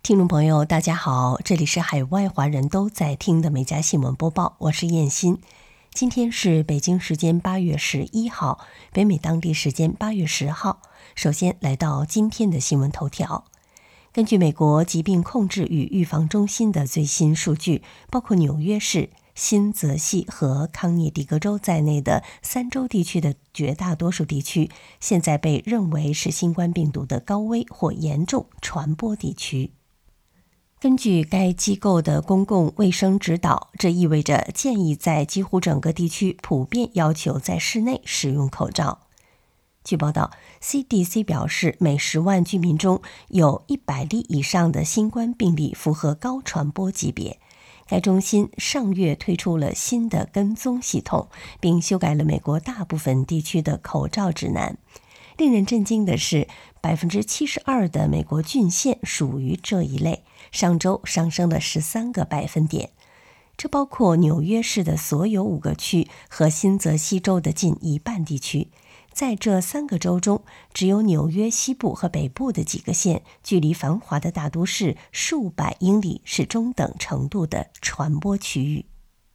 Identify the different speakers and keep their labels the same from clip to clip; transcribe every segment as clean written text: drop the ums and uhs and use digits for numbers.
Speaker 1: 听众朋友，大家好，这里是海外华人都在听的每家新闻播报，我是燕欣。今天是北京时间8月11号，北美当地时间8月10号。首先来到今天的新闻头条。根据美国疾病控制与预防中心的最新数据，包括纽约市、新泽西和康涅狄格州在内的3州地区的绝大多数地区，现在被认为是新冠病毒的高危或严重传播地区。根据该机构的公共卫生指导，这意味着建议在几乎整个地区普遍要求在室内使用口罩。据报道 ，CDC 表示，每10万居民中有100例以上的新冠病例符合高传播级别。该中心上月推出了新的跟踪系统，并修改了美国大部分地区的口罩指南。令人震惊的是，72%的美国郡县属于这一类，上周上升了13个百分点。这包括纽约市的所有5个区和新泽西州的近一半地区。在这3个州中，只有纽约西部和北部的几个县，距离繁华的大都市数百英里，是中等程度的传播区域。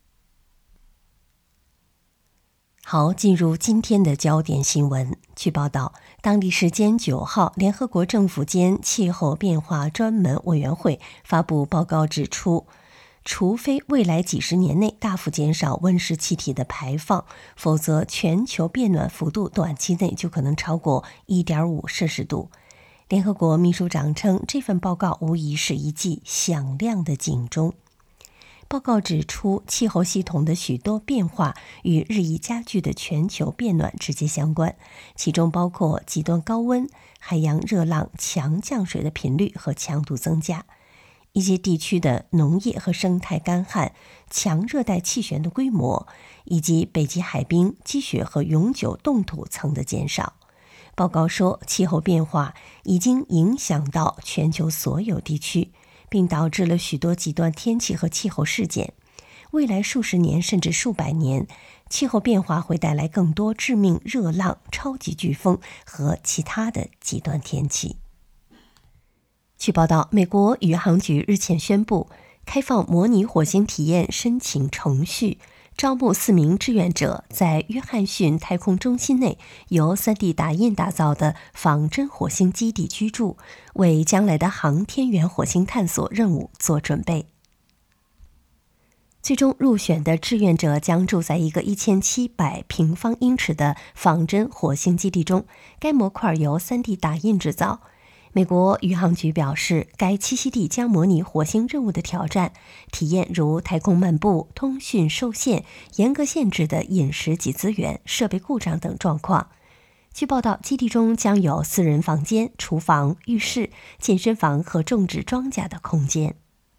Speaker 1: 好，进入今天的焦点新闻。据报道，当地时间9号，联合国政府间气候变化专门委员会发布报告指出，除非未来几十年内大幅减少温室气体的排放，否则全球变暖幅度短期内就可能超过 1.5 摄氏度。联合国秘书长称，这份报告无疑是一记响亮的警钟。报告指出，气候系统的许多变化与日益加剧的全球变暖直接相关，其中包括极端高温、海洋热浪、强降水的频率和强度增加，一些地区的农业和生态干旱、强热带气旋的规模，以及北极海冰、积雪和永久冻土层的减少。报告说，气候变化已经影响到全球所有地区，并导致了许多极端天气和气候事件。未来数十年甚至数百年，气候变化会带来更多致命热浪、超级飓风和其他的极端天气。据报道，美国宇航局日前宣布开放模拟火星体验申请程序，招募4名志愿者，在约翰逊太空中心内由 3D 打印打造的仿真火星基地居住，为将来的航天员火星探索任务做准备。最终入选的志愿者将住在一个1700平方英尺的仿真火星基地中，该模块由 3D 打印制造。美国宇航局表示，该栖息地将模拟火星任务的挑战，体验如太空漫步、通讯受限、严格限制的饮食及资源、设备故障等状况。据报道，基地中将有私人房间、厨房、浴室、健身房和种植庄稼的空间。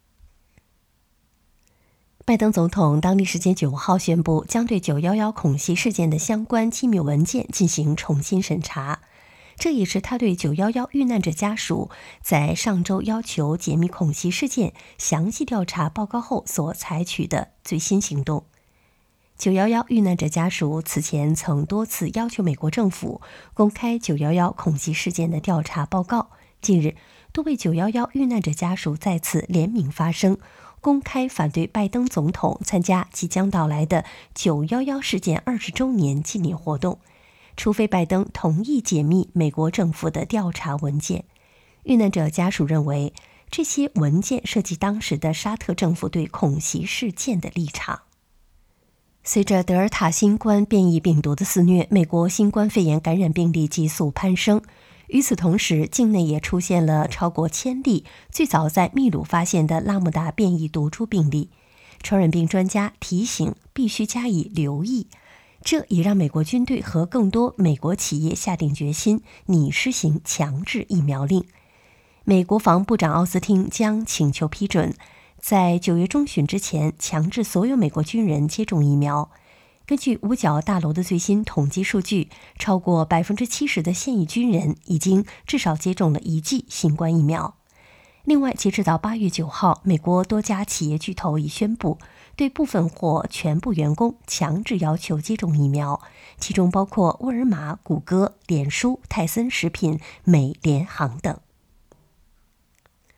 Speaker 1: 拜登总统当地时间9号宣布，将对911恐袭事件的相关机密文件进行重新审查。这也是他对911遇难者家属在上周要求解密恐袭事件详细调查报告后所采取的最新行动。911遇难者家属此前曾多次要求美国政府公开911恐袭事件的调查报告。近日，多位911遇难者家属再次联名发声，公开反对拜登总统参加即将到来的911事件20周年纪念活动，除非拜登同意解密美国政府的调查文件。遇难者家属认为，这些文件涉及当时的沙特政府对恐袭事件的立场。随着德尔塔新冠变异病毒的肆虐，美国新冠肺炎感染病例急速攀升。与此同时，境内也出现了超过1000例最早在秘鲁发现的拉姆达变异毒株病例。传染病专家提醒必须加以留意，这也让美国军队和更多美国企业下定决心拟施行强制疫苗令。美国防部长奥斯汀将请求批准，在9月中旬之前强制所有美国军人接种疫苗。根据五角大楼的最新统计数据，超过70%的现役军人已经至少接种了1剂新冠疫苗。另外，截止到8月9号，美国多家企业巨头已宣布对部分或全部员工强制要求接种疫苗，其中包括沃尔玛、谷歌、脸书、泰森食品、美联航等。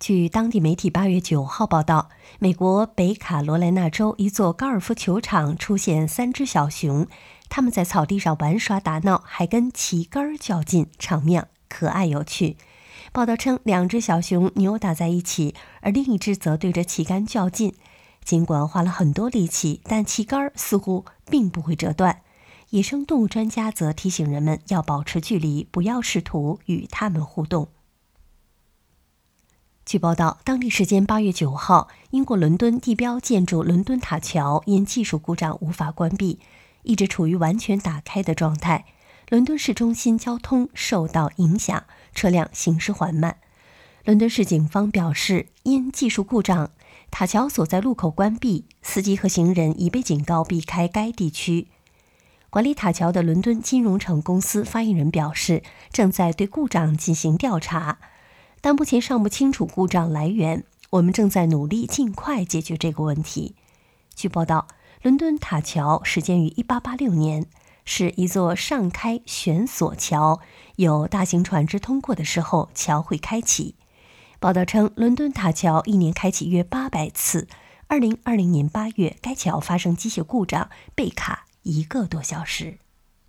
Speaker 1: 据当地媒体8月9号报道，美国北卡罗来纳州一座高尔夫球场出现3只小熊，它们在草地上玩耍打闹，还跟旗杆较劲，场面可爱有趣。报道称，2只小熊扭打在一起，而另一只则对着旗杆较劲。尽管花了很多力气，但旗杆似乎并不会折断。野生动物专家则提醒人们要保持距离，不要试图与它们互动。据报道，当地时间8月9号，英国伦敦地标建筑伦敦塔桥因技术故障无法关闭，一直处于完全打开的状态。伦敦市中心交通受到影响，车辆行驶缓慢。伦敦市警方表示，因技术故障，塔桥所在路口关闭，司机和行人已被警告避开该地区。管理塔桥的伦敦金融城公司发言人表示，正在对故障进行调查，但目前尚不清楚故障来源。我们正在努力尽快解决这个问题。据报道，伦敦塔桥始建于1886年，是一座上开悬索桥，有大型船只通过的时候，桥会开启。报道称，伦敦塔桥一年开启约800次。2020年8月，该桥发生机械故障，被卡1个多小时。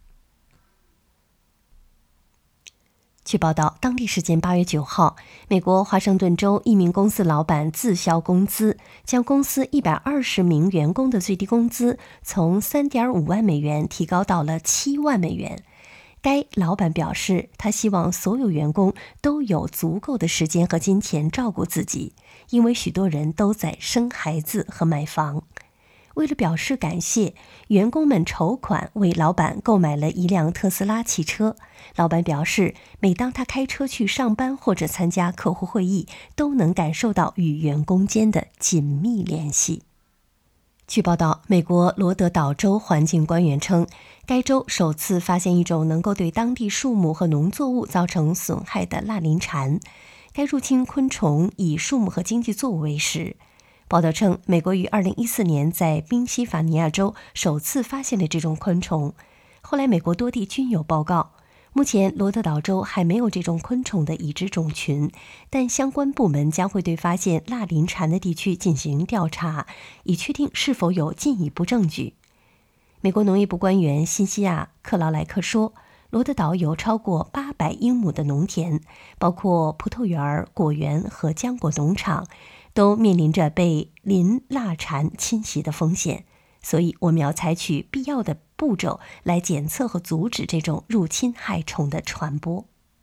Speaker 1: 据报道，当地时间8月9号，美国华盛顿州一名公司老板自销工资，将公司120名员工的最低工资从3.5万美元提高到了7万美元。该老板表示，他希望所有员工都有足够的时间和金钱照顾自己，因为许多人都在生孩子和买房。为了表示感谢，员工们筹款为老板购买了一辆特斯拉汽车。老板表示，每当他开车去上班或者参加客户会议，都能感受到与员工间的紧密联系。据报道，美国罗德岛州环境官员称，该州首次发现一种能够对当地树木和农作物造成损害的蜡鳞蝉。该入侵昆虫以树木和经济作物为食。报道称，美国于2014年在宾夕法尼亚州首次发现了这种昆虫，后来美国多地均有报告。目前罗德岛州还没有这种昆虫的已知种群，但相关部门将会对发现蜡鳞蝉的地区进行调查，以确定是否有进一步证据。美国农业部官员辛西亚·克劳莱克说，罗德岛有超过800英亩的农田，包括葡萄园、果园和浆果农场，都面临着被鳞蜡蝉侵袭的风险，所以我们要采取必要的步骤来检测和阻止这种入侵害虫的传播。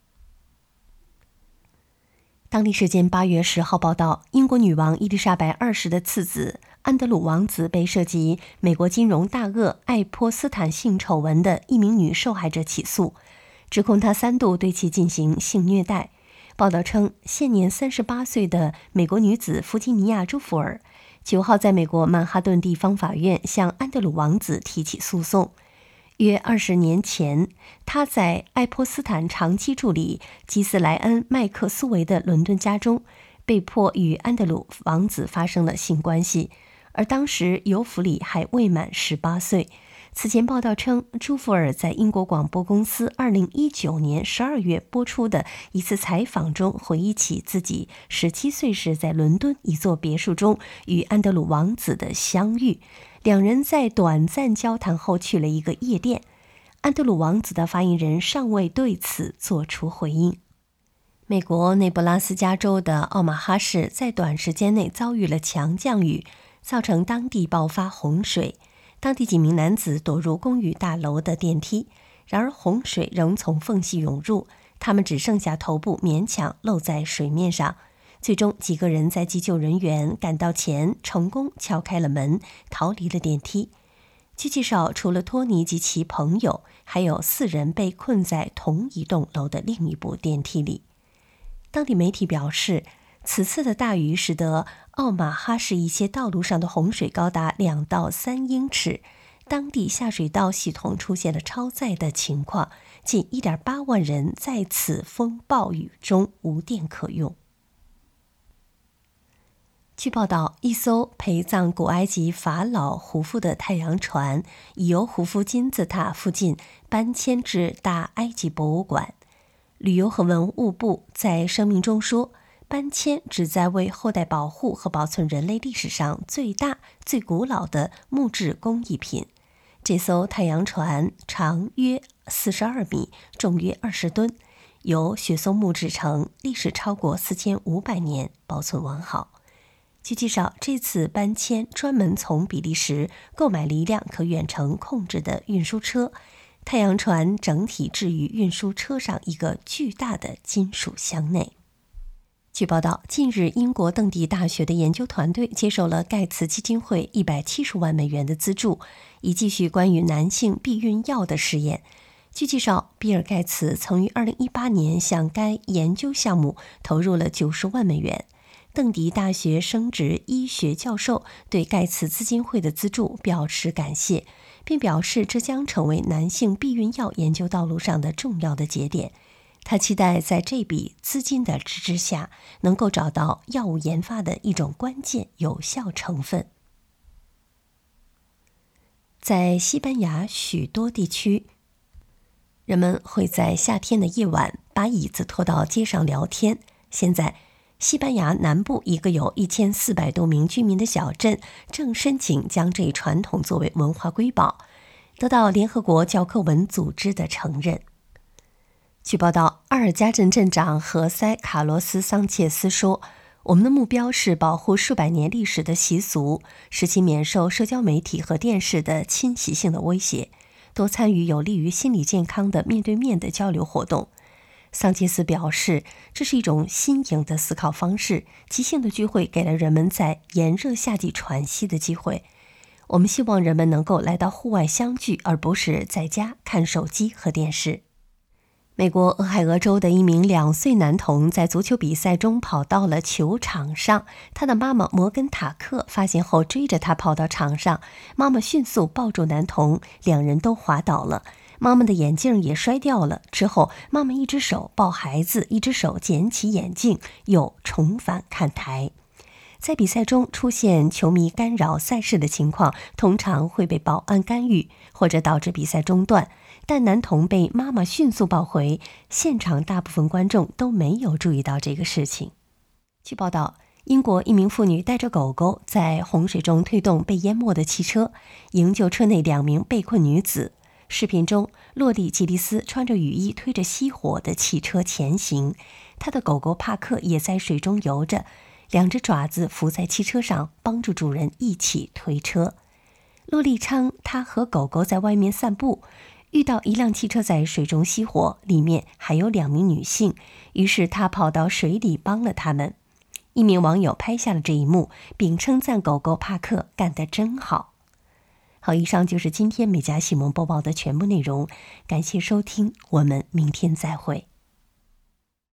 Speaker 1: 当地时间8月10号报道，英国女王伊丽莎白2世的次子安德鲁王子被涉及美国金融大鳄爱泼斯坦性丑闻的一名女受害者起诉，指控他3度对其进行性虐待。报道称，现年38岁的美国女子弗吉尼亚·朱福尔9号在美国曼哈顿地方法院向安德鲁王子提起诉讼。约20年前，他在爱泼斯坦长期助理基斯莱恩·麦克苏维的伦敦家中，被迫与安德鲁王子发生了性关系，而当时尤弗里还未满18岁。此前报道称，朱福尔在英国广播公司2019年12月播出的一次采访中回忆起自己17岁时在伦敦一座别墅中与安德鲁王子的相遇，两人在短暂交谈后去了一个夜店。安德鲁王子的发言人尚未对此作出回应。美国内布拉斯加州的奥马哈市在短时间内遭遇了强降雨，造成当地爆发洪水。当地几名男子躲入公寓大楼的电梯，然而洪水仍从缝隙涌入，他们只剩下头部勉强露在水面上。最终，几个人在急救人员赶到前成功撬开了门，逃离了电梯。据介绍，除了托尼及其朋友，还有4人被困在同一栋楼的另一部电梯里。当地媒体表示，此次的大雨使得奥马哈市一些道路上的洪水高达2到3英尺，当地下水道系统出现了超载的情况，近 1.8 万人在此风暴雨中无电可用。据报道，一艘陪葬古埃及法老胡夫的太阳船已由胡夫金字塔附近搬迁至大埃及博物馆。旅游和文物部在声明中说， 搬迁旨在为后代保护和保存人类历史上最大、最古老的木质工艺品。这艘太阳船长约42米，重约20吨，由雪松木制成，历史超过4500年，保存完好。据介绍，这次搬迁专门从比利时购买了一辆可远程控制的运输车，太阳船整体置于运输车上一个巨大的金属箱内。据报道，近日英国邓迪大学的研究团队接受了盖茨基金会170万美元的资助，以继续关于男性避孕药的实验。据介绍，比尔·盖茨曾于2018年向该研究项目投入了90万美元。邓迪大学生殖医学教授对盖茨基金会的资助表示感谢，并表示这将成为男性避孕药研究道路上的重要的节点。他期待在这笔资金的支持下，能够找到药物研发的一种关键有效成分。在西班牙许多地区，人们会在夏天的夜晚把椅子拖到街上聊天。现在，西班牙南部一个有1400多名居民的小镇正申请将这一传统作为文化瑰宝，得到联合国教科文组织的承认。据报道，阿尔加镇镇长何塞·卡洛斯·桑切斯说，我们的目标是保护数百年历史的习俗，使其免受社交媒体和电视的侵袭性的威胁，多参与有利于心理健康的面对面的交流活动。桑切斯表示，这是一种新颖的思考方式，即兴的聚会给了人们在炎热夏季喘息的机会。我们希望人们能够来到户外相聚，而不是在家看手机和电视。美国俄亥俄州的一名2岁男童在足球比赛中跑到了球场上，他的妈妈摩根塔克发现后追着他跑到场上，妈妈迅速抱住男童，两人都滑倒了。妈妈的眼镜也摔掉了，之后妈妈一只手抱孩子，一只手捡起眼镜，又重返看台。在比赛中出现球迷干扰赛事的情况，通常会被保安干预，或者导致比赛中断。但男童被妈妈迅速抱回，现场大部分观众都没有注意到这个事情。据报道，英国一名妇女带着狗狗在洪水中推动被淹没的汽车，营救车内2名被困女子。视频中，洛丽·吉利斯穿着雨衣推着熄火的汽车前行，她的狗狗帕克也在水中游着，2只爪子扶在汽车上，帮助主人一起推车。洛丽称，她和狗狗在外面散步，遇到一辆汽车在水中熄火，里面还有2名女性，于是她跑到水里帮了他们。一名网友拍下了这一幕，并称赞狗狗帕克干得真好。好，以上就是今天美家新闻播报的全部内容，感谢收听，我们明天再会。